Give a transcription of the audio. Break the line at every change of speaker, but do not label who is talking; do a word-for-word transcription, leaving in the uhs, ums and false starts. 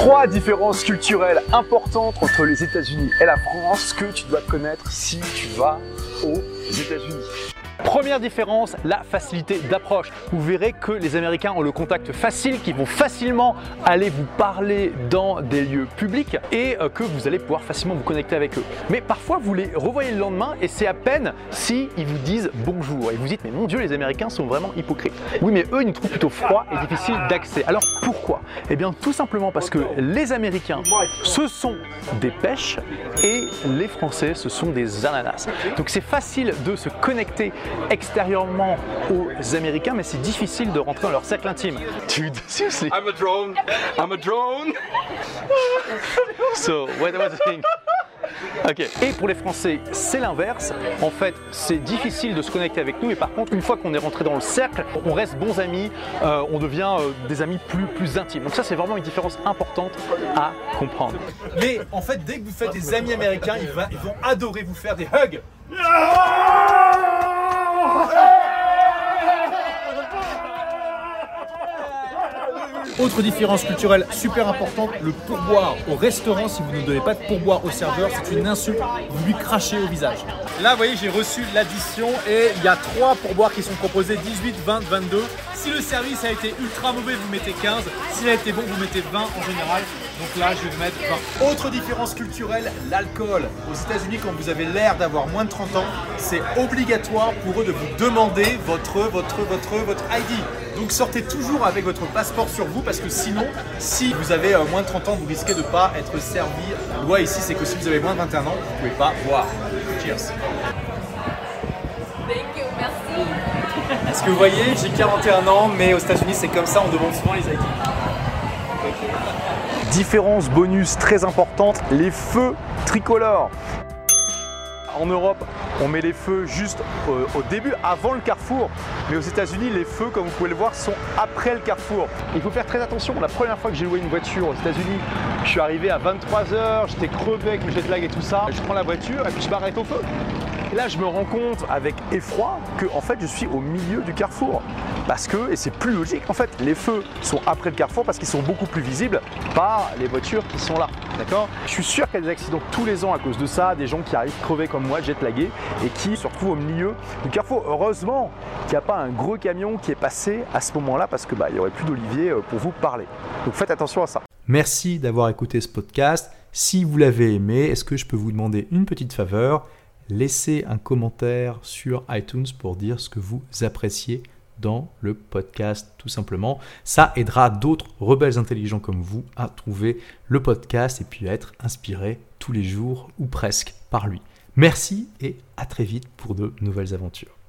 Trois différences culturelles importantes entre les États-Unis et la France que tu dois connaître si tu vas aux États-Unis. Première différence, la facilité d'approche. Vous verrez que les Américains ont le contact facile, qu'ils vont facilement aller vous parler dans des lieux publics et que vous allez pouvoir facilement vous connecter avec eux. Mais parfois, vous les revoyez le lendemain et c'est à peine si ils vous disent bonjour. Et vous dites, mais mon Dieu, les Américains sont vraiment hypocrites. Oui, mais eux, ils nous trouvent plutôt froid et difficile d'accès. Alors pourquoi? Eh bien, tout simplement parce que les Américains, ce sont des pêches et les Français, ce sont des ananas. Donc c'est facile de se connecter extérieurement aux Américains, mais c'est difficile de rentrer dans leur cercle intime. Dude, seriously.
I'm a drone. I'm a drone.
So, what was the thing? Ok. Et pour les Français, c'est l'inverse. En fait, c'est difficile de se connecter avec nous, et par contre, une fois qu'on est rentré dans le cercle, on reste bons amis, euh, on devient euh, des amis plus, plus intimes. Donc ça, c'est vraiment une différence importante à comprendre.
Mais en fait, dès que vous faites des amis américains, ils, va, ils vont adorer vous faire des hugs. Autre différence culturelle super importante, le pourboire au restaurant. Si vous ne donnez pas de pourboire au serveur, c'est une insulte, vous lui crachez au visage. Là, vous voyez, j'ai reçu l'addition et il y a trois pourboires qui sont proposés, dix-huit, vingt, vingt-deux. Si le service a été ultra mauvais, vous mettez quinze. S'il a été bon, vous mettez vingt en général. Donc là, je vais mettre vingt. Autre différence culturelle, l'alcool. Aux États-Unis, quand vous avez l'air d'avoir moins de trente ans, c'est obligatoire pour eux de vous demander votre, votre, votre, votre I D. Donc sortez toujours avec votre passeport sur vous parce que sinon, si vous avez moins de trente ans, vous risquez de ne pas être servi. La loi ici, c'est que si vous avez moins de vingt et un ans, vous ne pouvez pas boire. Cheers.
Thank you, merci.
Est-ce que vous voyez, j'ai quarante et un ans, mais aux États-Unis, c'est comme ça, on demande souvent les I D.
Différence bonus très importante, les feux tricolores. En Europe, on met les feux juste au, au début, avant le carrefour. Mais aux États-Unis, les feux, comme vous pouvez le voir, sont après le carrefour. Il faut faire très attention. La première fois que j'ai loué une voiture aux États-Unis, je suis arrivé à vingt-trois heures, j'étais crevé avec le jet lag et tout ça. Je prends la voiture et puis je m'arrête au feu. Et là, je me rends compte avec effroi que en fait, je suis au milieu du carrefour. Parce que, et c'est plus logique, en fait, les feux sont après le carrefour parce qu'ils sont beaucoup plus visibles par les voitures qui sont là. D'accord? Je suis sûr qu'il y a des accidents tous les ans à cause de ça, des gens qui arrivent crevés comme moi, jet lagués, et qui se retrouvent au milieu du carrefour. Heureusement qu'il n'y a pas un gros camion qui est passé à ce moment-là parce que bah, il n'y aurait plus d'olivier pour vous parler. Donc faites attention à ça.
Merci d'avoir écouté ce podcast. Si vous l'avez aimé, est-ce que je peux vous demander une petite faveur? Laissez un commentaire sur iTunes pour dire ce que vous appréciez dans le podcast, tout simplement. Ça aidera d'autres rebelles intelligents comme vous à trouver le podcast et puis à être inspirés tous les jours ou presque par lui. Merci et à très vite pour de nouvelles aventures.